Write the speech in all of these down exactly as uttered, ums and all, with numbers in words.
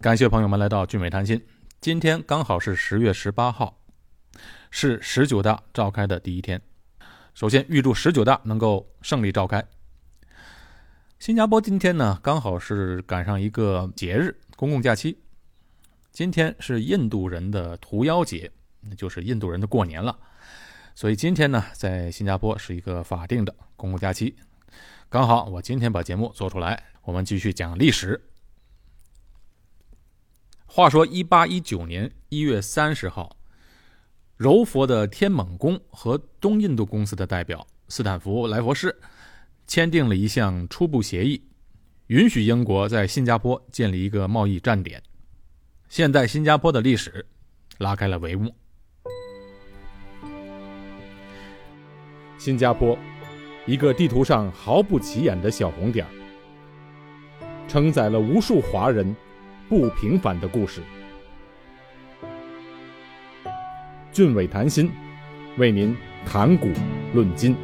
感谢朋友们来到俊美谈心。今天刚好是十月十八号，是十九大召开的第一天。首先预祝十九大能够胜利召开。新加坡今天呢刚好是赶上一个节日，公共假期。今天是印度人的屠妖节，就是印度人的过年了。所以今天呢在新加坡是一个法定的公共假期。刚好我今天把节目做出来，我们继续讲历史。话说一八一九年一月三十号，柔佛的天猛宫和东印度公司的代表斯坦福莱佛士签订了一项初步协议，允许英国在新加坡建立一个贸易站点。现在新加坡的历史拉开了帷幕。 新加坡，一个地图上毫不起眼的小红点，承载了无数华人不平凡的故事。俊伟谈心，为您谈古论今。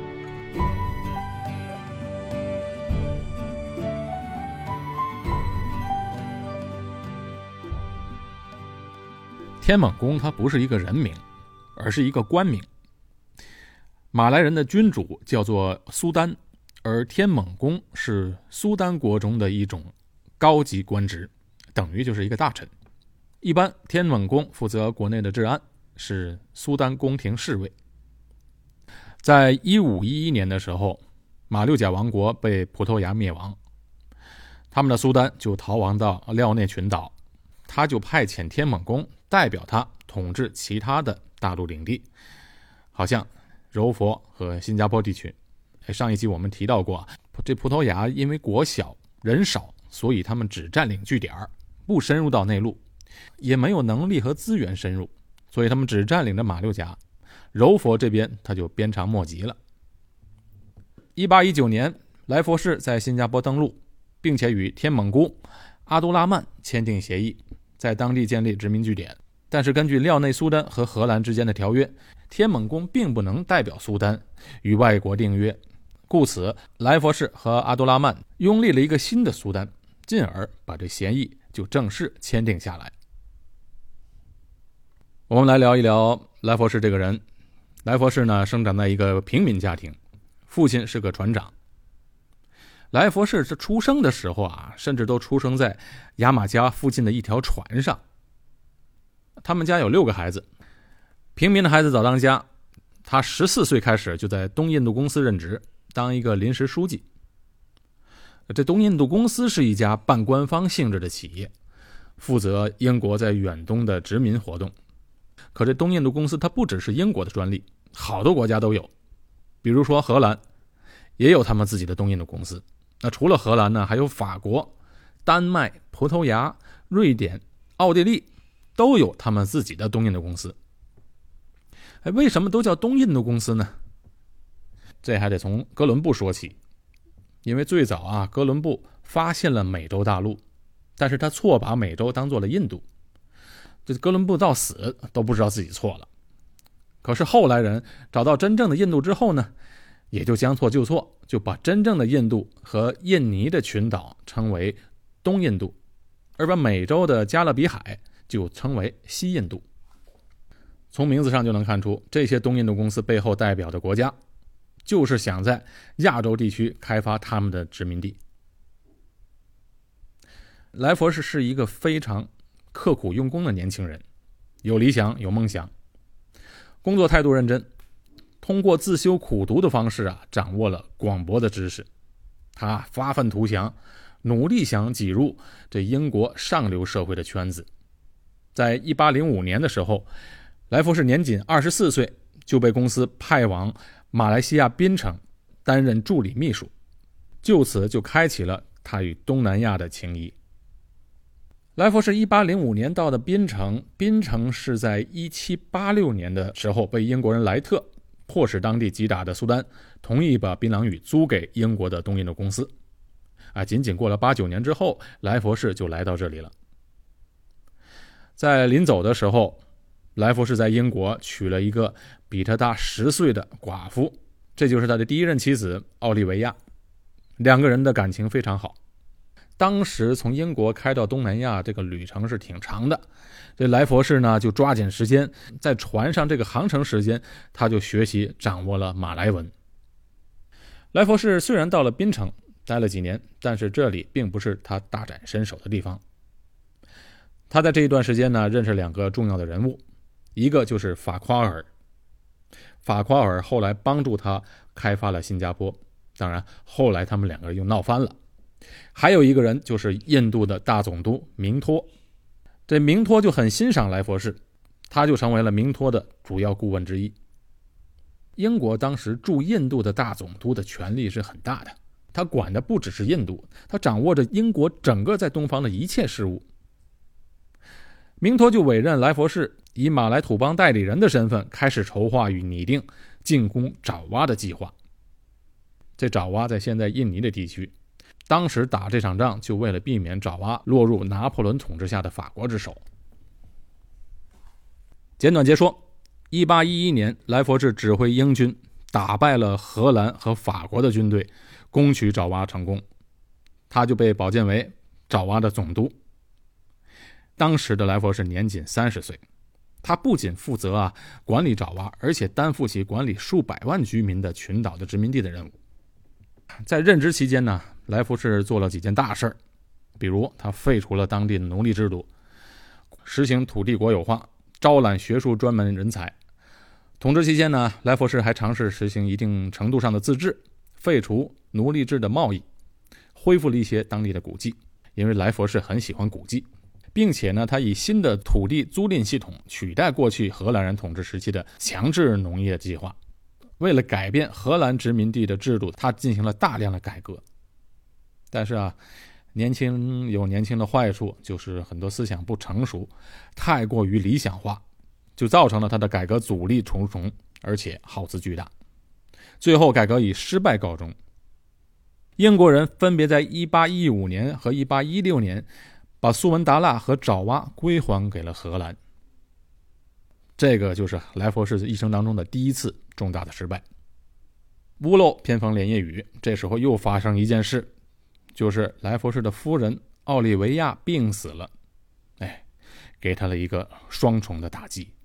天猛宫它不是一个人名，而是一个官名。马来人的君主叫做苏丹，而天猛宫是苏丹国中的一种高级官职，等于就是一个大臣。一般天猛宫负责国内的治安，是苏丹宫廷侍卫。在一五一一年的时候，马六甲王国被葡萄牙灭亡，他们的苏丹就逃亡到廖内群岛，他就派遣天猛宫代表他统治其他的大陆领地，好像柔佛和新加坡地区。上一集我们提到过，这葡萄牙因为国小人少，所以他们只占领据点，不深入到内陆，也没有能力和资源深入，所以他们只占领了马六甲。柔佛这边他就鞭长莫及了。一八一九年，莱佛士在新加坡登陆，并且与天猛姑阿都拉曼签订协议，在当地建立殖民据点。但是根据廖内苏丹和荷兰之间的条约，天猛宫并不能代表苏丹与外国订约，故此莱佛士和阿都拉曼拥立了一个新的苏丹，进而把这协议就正式签订下来。我们来聊一聊莱佛士这个人。莱佛士呢，生长在一个平民家庭，父亲是个船长。莱佛士是出生的时候啊，甚至都出生在牙买加附近的一条船上。他们家有六个孩子，平民的孩子早当家。他十四岁开始就在东印度公司任职，当一个临时书记。这东印度公司是一家半官方性质的企业，负责英国在远东的殖民活动。可这东印度公司它不只是英国的专利，好多国家都有。比如说荷兰也有他们自己的东印度公司。那除了荷兰呢，还有法国、丹麦、葡萄牙、瑞典、奥地利都有他们自己的东印度公司。哎，为什么都叫东印度公司呢？这还得从哥伦布说起。因为最早啊，哥伦布发现了美洲大陆，但是他错把美洲当做了印度。这哥伦布到死都不知道自己错了。可是后来人找到真正的印度之后呢，也就将错就错，就把真正的印度和印尼的群岛称为东印度，而把美洲的加勒比海就称为西印度。从名字上就能看出，这些东印度公司背后代表的国家就是想在亚洲地区开发他们的殖民地。莱佛士是一个非常刻苦用功的年轻人，有理想有梦想，工作态度认真，通过自修苦读的方式啊，掌握了广博的知识。他发愤图强，努力想挤入这英国上流社会的圈子。在一八零五年的时候，莱佛士年仅二十四岁，就被公司派往马来西亚槟城担任助理秘书，就此就开启了他与东南亚的情谊。莱佛士一八零五年到的槟城，槟城是在一七八六年的时候被英国人莱特迫使当地击打的苏丹同意把槟榔屿租给英国的东印度公司。啊，仅仅过了八九年之后，莱佛士就来到这里了。在临走的时候，莱佛士在英国娶了一个比他大十岁的寡妇，这就是他的第一任妻子奥利维亚。两个人的感情非常好。 当时从英国开到东南亚这个旅程是挺长的，这来佛士呢就抓紧时间，在船上这个航程时间，他就学习掌握了马来文。来佛士虽然到了槟城待了几年，但是这里并不是他大展身手的地方。他在这一段时间呢，认识两个重要的人物，一个就是法夸尔。法夸尔后来帮助他开发了新加坡，当然后来他们两个人又闹翻了。还有一个人就是印度的大总督明托，这明托就很欣赏来佛士，他就成为了明托的主要顾问之一。英国当时驻印度的大总督的权力是很大的，他管的不只是印度，他掌握着英国整个在东方的一切事务。明托就委任来佛士以马来土邦代理人的身份，开始筹划与拟定进攻爪哇的计划。这爪哇在现在印尼的地区，当时打这场仗就为了避免爪哇落入拿破仑统治下的法国之手。简短截说，一八一一年，来佛士指挥英军打败了荷兰和法国的军队，攻取爪哇成功，他就被保荐为爪哇的总督。当时的来佛士年仅三十岁，他不仅负责啊管理爪哇，而且担负起管理数百万居民的群岛的殖民地的任务。在任职期间呢，来佛士做了几件大事，比如他废除了当地的奴隶制度，实行土地国有化，招揽学术专门人才。统治期间呢，来佛士还尝试实行一定程度上的自治，废除奴隶制的贸易，恢复了一些当地的古迹，因为来佛士很喜欢古迹，并且呢，他以新的土地租赁系统取代过去荷兰人统治时期的强制农业计划。为了改变荷兰殖民地的制度，他进行了大量的改革。但是啊，年轻有年轻的坏处，就是很多思想不成熟，太过于理想化，就造成了他的改革阻力重重，而且耗资巨大。最后改革以失败告终。英国人分别在一八一五年和一八一六年把苏门答腊和爪哇归还给了荷兰。这个就是来佛士一生当中的第一次重大的失败。屋漏偏逢连夜雨，这时候又发生一件事，就是来佛士的夫人奥利维亚病死了，哎，给他了一个双重的打击。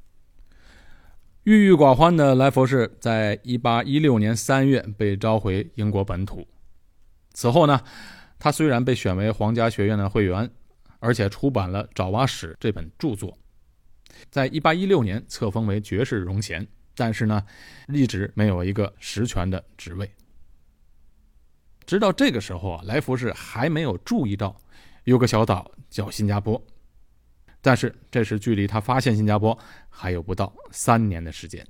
郁郁寡欢的来佛士在一八一六年三月被召回英国本土。此后呢，他虽然被选为皇家学院的会员，而且出版了《爪哇史》这本著作，在一八一六年册封为爵士荣衔，但是呢，一直没有一个实权的职位。直到这个时候啊，来佛士还没有注意到有个小岛叫新加坡，但是这时距离他发现新加坡还有不到三年的时间。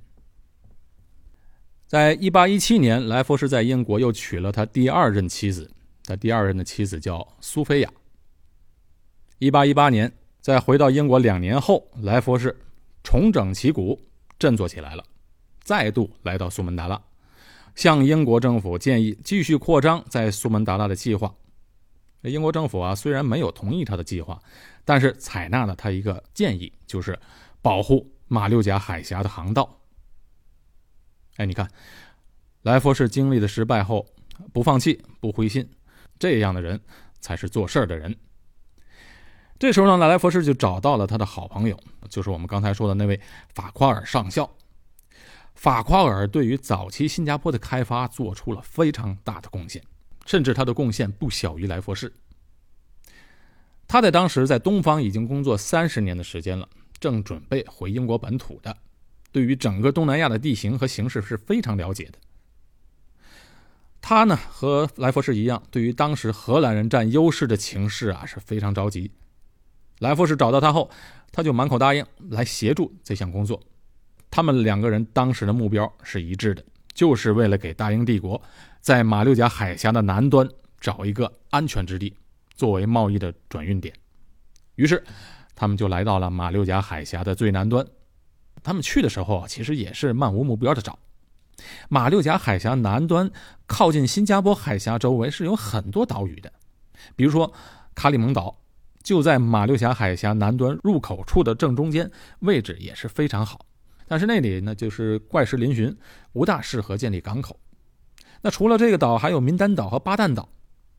在一八一七年，来佛士在英国又娶了他第二任妻子，他第二任的妻子叫苏菲亚。一八一八年，在回到英国两年后，来佛士重整旗鼓，振作起来了，再度来到苏门答腊，向英国政府建议继续扩张在苏门答腊的计划。英国政府啊，虽然没有同意他的计划，但是采纳了他一个建议，就是保护马六甲海峡的航道。哎，你看，来佛士经历了失败后不放弃不灰心，这样的人才是做事的人。这时候呢，来佛士就找到了他的好朋友，就是我们刚才说的那位法夸尔上校。法夸尔对于早期新加坡的开发做出了非常大的贡献，甚至他的贡献不小于来佛士。他在当时在东方已经工作三十年的时间了，正准备回英国本土的，对于整个东南亚的地形和形势是非常了解的。他呢和来佛士一样，对于当时荷兰人占优势的情势啊是非常着急。来佛士找到他后，他就满口答应来协助这项工作。他们两个人当时的目标是一致的，就是为了给大英帝国在马六甲海峡的南端找一个安全之地，作为贸易的转运点。于是他们就来到了马六甲海峡的最南端。他们去的时候其实也是漫无目标的找。马六甲海峡南端靠近新加坡海峡周围是有很多岛屿的，比如说卡里蒙岛就在马六甲海峡南端入口处的正中间，位置也是非常好。但是那里呢就是怪石嶙峋，不大适合建立港口。那除了这个岛，还有民丹岛和巴旦岛。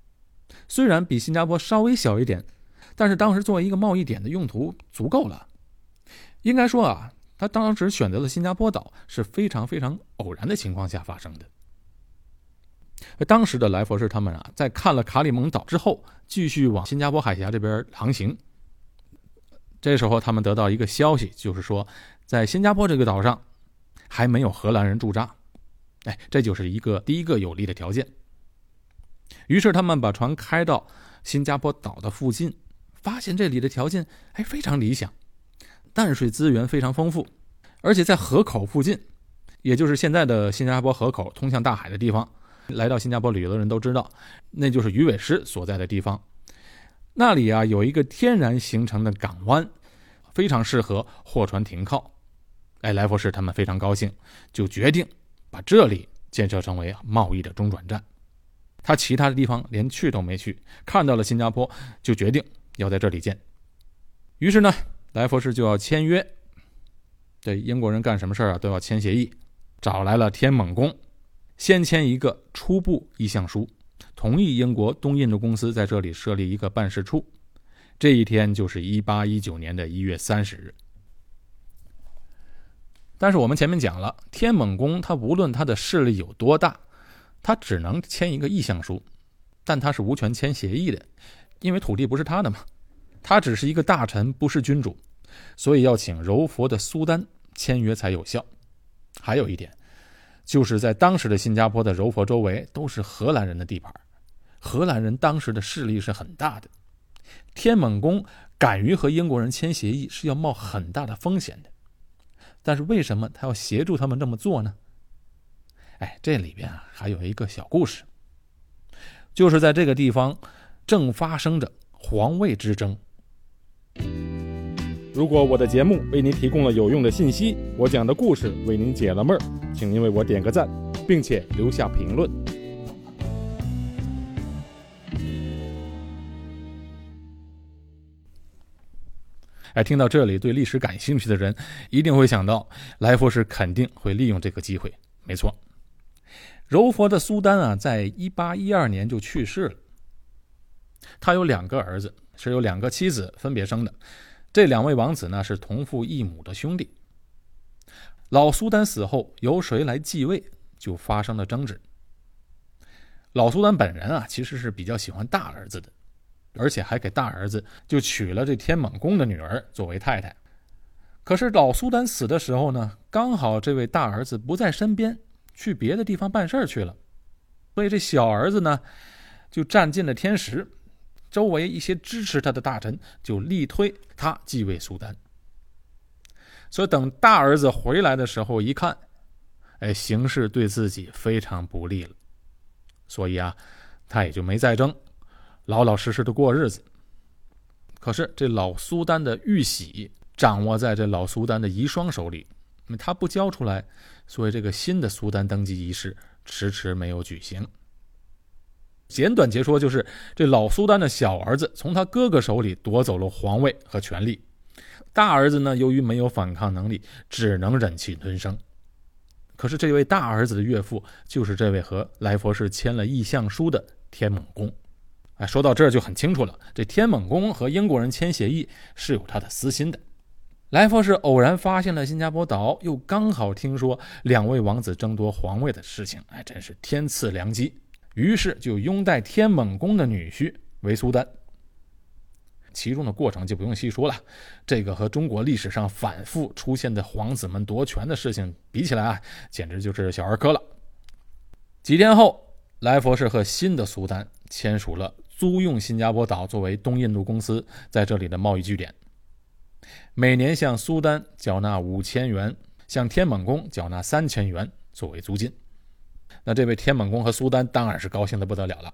虽然比新加坡稍微小一点，但是当时作为一个贸易点的用途足够了。应该说啊，他当时选择了新加坡岛是非常非常偶然的情况下发生的。当时的莱佛士他们啊，在看了卡里蒙岛之后，继续往新加坡海峡这边航行。这时候他们得到一个消息，就是说在新加坡这个岛上还没有荷兰人驻扎。哎，这就是一个第一个有利的条件。于是他们把船开到新加坡岛的附近，发现这里的条件哎非常理想，淡水资源非常丰富，而且在河口附近，也就是现在的新加坡河口通向大海的地方，来到新加坡旅游的人都知道，那就是鱼尾狮所在的地方。那里啊有一个天然形成的港湾，非常适合货船停靠。哎，莱佛士他们非常高兴，就决定把这里建设成为贸易的中转站。他其他的地方连去都没去，看到了新加坡就决定要在这里建。于是呢，莱佛士就要签约。这英国人干什么事啊都要签协议，找来了天猛公，先签一个初步意向书，同意英国东印度公司在这里设立一个办事处。这一天就是一八一九年的一月三十日。但是我们前面讲了，天猛公他无论他的势力有多大，他只能签一个意向书，但他是无权签协议的，因为土地不是他的嘛，他只是一个大臣，不是君主，所以要请柔佛的苏丹签约才有效。还有一点，就是在当时的新加坡的柔佛周围都是荷兰人的地盘，荷兰人当时的势力是很大的，天猛公敢于和英国人签协议是要冒很大的风险的。但是为什么他要协助他们这么做呢？哎，这里边啊还有一个小故事，就是在这个地方正发生着皇位之争。 如果我的节目为您提供了有用的信息，我讲的故事为您解了闷儿，请您为我点个赞，并且留下评论。 哎，听到这里，对历史感兴趣的人一定会想到，莱佛士肯定会利用这个机会。没错，柔佛的苏丹啊，在一八一二年就去世了。他有两个儿子，是由两个妻子分别生的。这两位王子呢，是同父异母的兄弟。老苏丹死后，由谁来继位，就发生了争执。老苏丹本人啊，其实是比较喜欢大儿子的，而且还给大儿子就娶了这天猛公的女儿作为太太。可是老苏丹死的时候呢，刚好这位大儿子不在身边，去别的地方办事去了，所以这小儿子呢就占尽了天时，周围一些支持他的大臣就力推他继位苏丹。所以等大儿子回来的时候一看，哎，形势对自己非常不利了，所以啊他也就没再争，老老实实的过日子。可是这老苏丹的玉玺掌握在这老苏丹的遗孀手里，他不交出来，所以这个新的苏丹登基仪式迟迟没有举行。简短截说，就是这老苏丹的小儿子从他哥哥手里夺走了皇位和权力，大儿子呢由于没有反抗能力，只能忍气吞声。可是这位大儿子的岳父就是这位和莱佛士签了意向书的天猛公。哎，说到这儿就很清楚了，这天猛公和英国人签协议是有他的私心的。莱佛士偶然发现了新加坡岛，又刚好听说两位王子争夺皇位的事情，哎，真是天赐良机。于是就拥戴天猛公的女婿为苏丹。其中的过程就不用细说了，这个和中国历史上反复出现的皇子们夺权的事情比起来啊，简直就是小儿科了。几天后，莱佛士和新的苏丹签署了租用新加坡岛作为东印度公司在这里的贸易据点，每年向苏丹缴纳五千元，向天猛公缴纳三千元作为租金。那这位天猛公和苏丹当然是高兴的不得了了。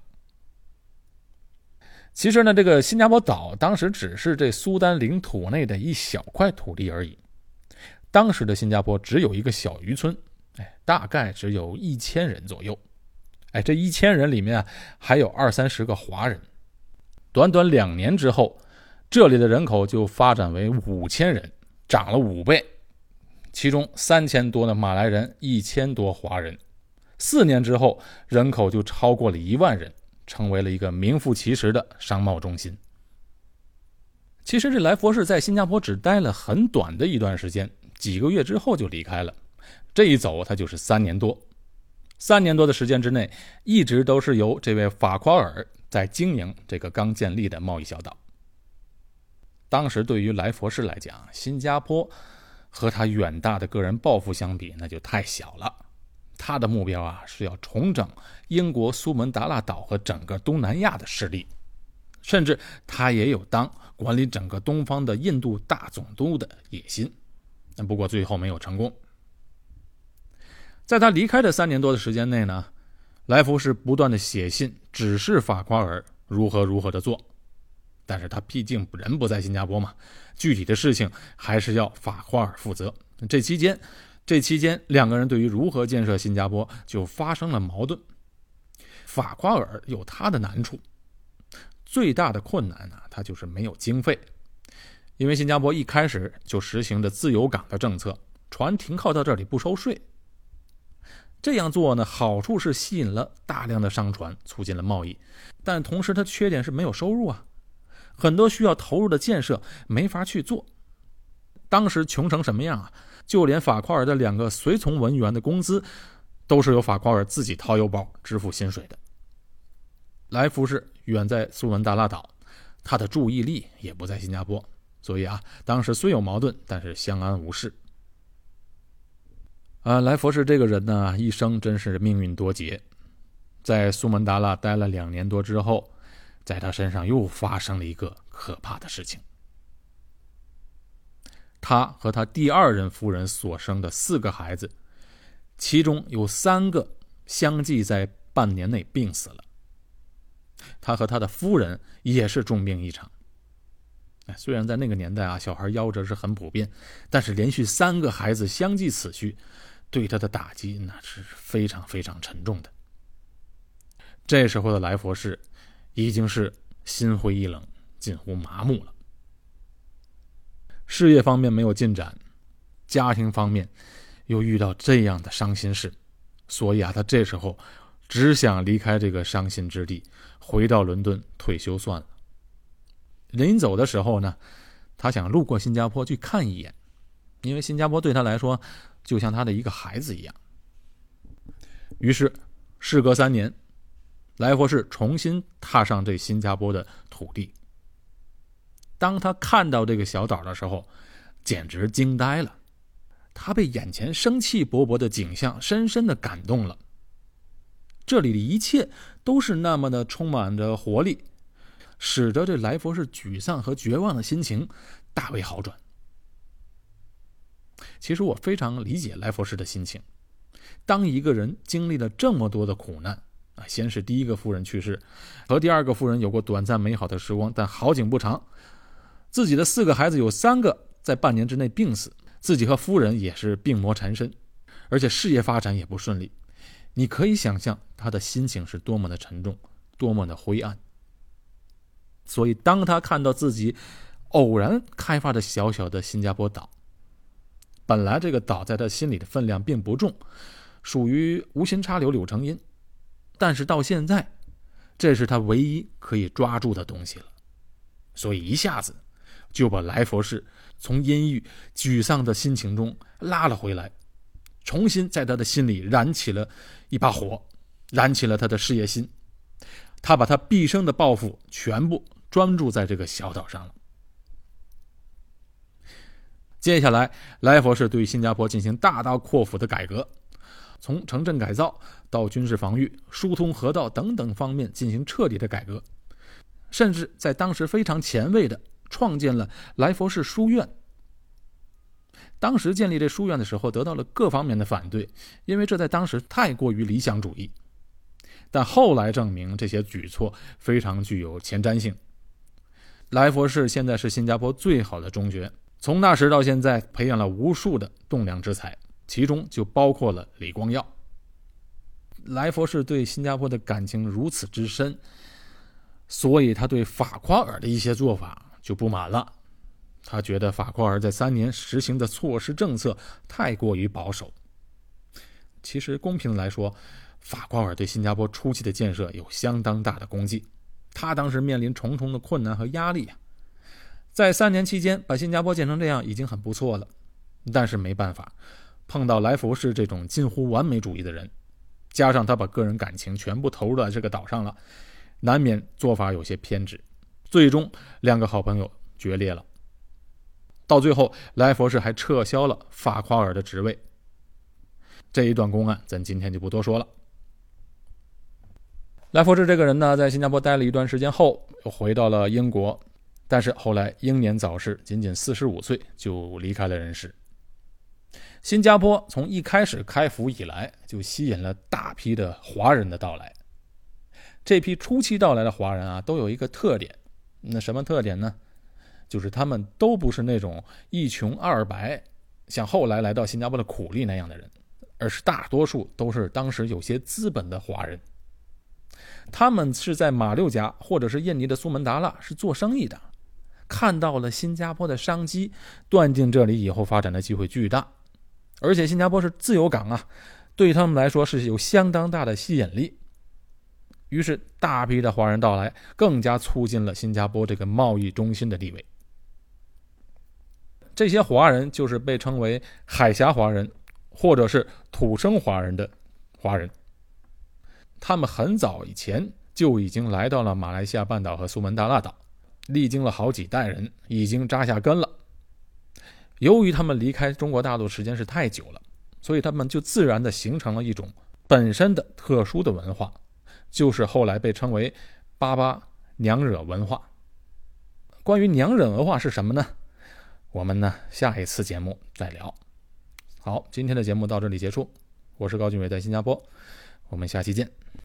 其实呢，这个新加坡岛当时只是这苏丹领土内的一小块土地而已。当时的新加坡只有一个小渔村，哎，大概只有一千人左右。哎，这一千人里面啊，还有二三十个华人。短短两年之后，这里的人口就发展为五千人，涨了五倍。其中三千多的马来人，一千多华人。四年之后，人口就超过了一万人， 成为了一个名副其实的商贸中心。其实这来佛士在新加坡只待了很短的一段时间，几个月之后就离开了。这一走他就是三年多，三年多的时间之内，一直都是由这位法夸尔在经营这个刚建立的贸易小岛。当时对于来佛士来讲，新加坡和他远大的个人抱负相比，那就太小了。他的目标啊是要重整英国苏门答腊岛和整个东南亚的势力，甚至他也有当管理整个东方的印度大总督的野心，不过最后没有成功。在他离开的三年多的时间内呢，来福士不断的写信指示法夸尔如何如何的做，但是他毕竟人不在新加坡嘛，具体的事情还是要法夸尔负责。这期间这期间两个人对于如何建设新加坡就发生了矛盾。法夸尔有他的难处，最大的困难呢，他就是没有经费。因为新加坡一开始就实行着自由港的政策，船停靠到这里不收税。这样做呢，好处是吸引了大量的商船，促进了贸易，但同时它缺点是没有收入啊，很多需要投入的建设没法去做。当时穷成什么样啊？就连法夸尔的两个随从文员的工资都是由法夸尔自己掏腰包支付薪水的。来福士远在苏门答腊岛，他的注意力也不在新加坡，所以啊，当时虽有矛盾，但是相安无事。啊，来佛士这个人呢，一生真是命运多劫。在苏门答腊待了两年多之后，在他身上又发生了一个可怕的事情。他和他第二任夫人所生的四个孩子，其中有三个相继在半年内病死了。他和他的夫人也是重病一场。虽然在那个年代啊，小孩夭折是很普遍，但是连续三个孩子相继死去，对他的打击那是非常非常沉重的。这时候的来佛士已经是心灰意冷，近乎麻木了。事业方面没有进展，家庭方面又遇到这样的伤心事，所以啊，他这时候只想离开这个伤心之地，回到伦敦退休算了。临走的时候呢，他想路过新加坡去看一眼，因为新加坡对他来说就像他的一个孩子一样。于是事隔三年，来佛士重新踏上这新加坡的土地。当他看到这个小岛的时候，简直惊呆了。他被眼前生气勃勃的景象深深的感动了。这里的一切都是那么的充满着活力，使得这来佛士沮丧和绝望的心情大为好转。其实我非常理解来佛士的心情。当一个人经历了这么多的苦难，先是第一个夫人去世，和第二个夫人有过短暂美好的时光，但好景不长，自己的四个孩子有三个在半年之内病死，自己和夫人也是病魔缠身，而且事业发展也不顺利。你可以想象他的心情是多么的沉重，多么的灰暗。所以当他看到自己偶然开发的小小的新加坡岛，本来这个岛在他心里的分量并不重，属于无心插柳柳成荫，但是到现在这是他唯一可以抓住的东西了，所以一下子就把来佛士从阴郁沮丧的心情中拉了回来，重新在他的心里燃起了一把火，燃起了他的事业心。他把他毕生的抱负全部专注在这个小岛上了。接下来来佛士对新加坡进行大刀阔斧的改革，从城镇改造到军事防御、疏通河道等等方面进行彻底的改革，甚至在当时非常前卫的创建了来佛士书院。当时建立这书院的时候得到了各方面的反对，因为这在当时太过于理想主义，但后来证明这些举措非常具有前瞻性。来佛士现在是新加坡最好的中学，从那时到现在培养了无数的栋梁之才，其中就包括了李光耀。来佛士对新加坡的感情如此之深，所以他对法夸尔的一些做法就不满了。他觉得法夸尔在三年实行的措施政策太过于保守。其实公平的来说， 法瓜尔对新加坡初期的建设有相当大的功绩，他当时面临重重的困难和压力啊。在三年期间把新加坡建成这样已经很不错了，但是没办法，碰到来福士这种近乎完美主义的人，加上他把个人感情全部投入到这个岛上了，难免做法有些偏执，最终两个好朋友决裂了。到最后，来佛士还撤销了法夸尔的职位。这一段公案咱今天就不多说了。来佛士这个人呢，在新加坡待了一段时间后又回到了英国，但是后来英年早逝，仅仅四十五岁就离开了人世。新加坡从一开始开埠以来就吸引了大批的华人的到来。这批初期到来的华人啊，都有一个特点，那什么特点呢？就是他们都不是那种一穷二白，像后来来到新加坡的苦力那样的人，而是大多数都是当时有些资本的华人。他们是在马六甲或者是印尼的苏门答腊是做生意的，看到了新加坡的商机，断定这里以后发展的机会巨大，而且新加坡是自由港啊，对他们来说是有相当大的吸引力。于是大批的华人到来，更加促进了新加坡这个贸易中心的地位。这些华人就是被称为海峡华人或者是土生华人的华人，他们很早以前就已经来到了马来西亚半岛和苏门答腊岛，历经了好几代人，已经扎下根了。由于他们离开中国大陆时间是太久了，所以他们就自然的形成了一种本身的特殊的文化，就是后来被称为巴巴娘惹文化。关于娘惹文化是什么呢？我们呢下一次节目再聊。好，今天的节目到这里结束，我是高俊伟，在新加坡，我们下期见。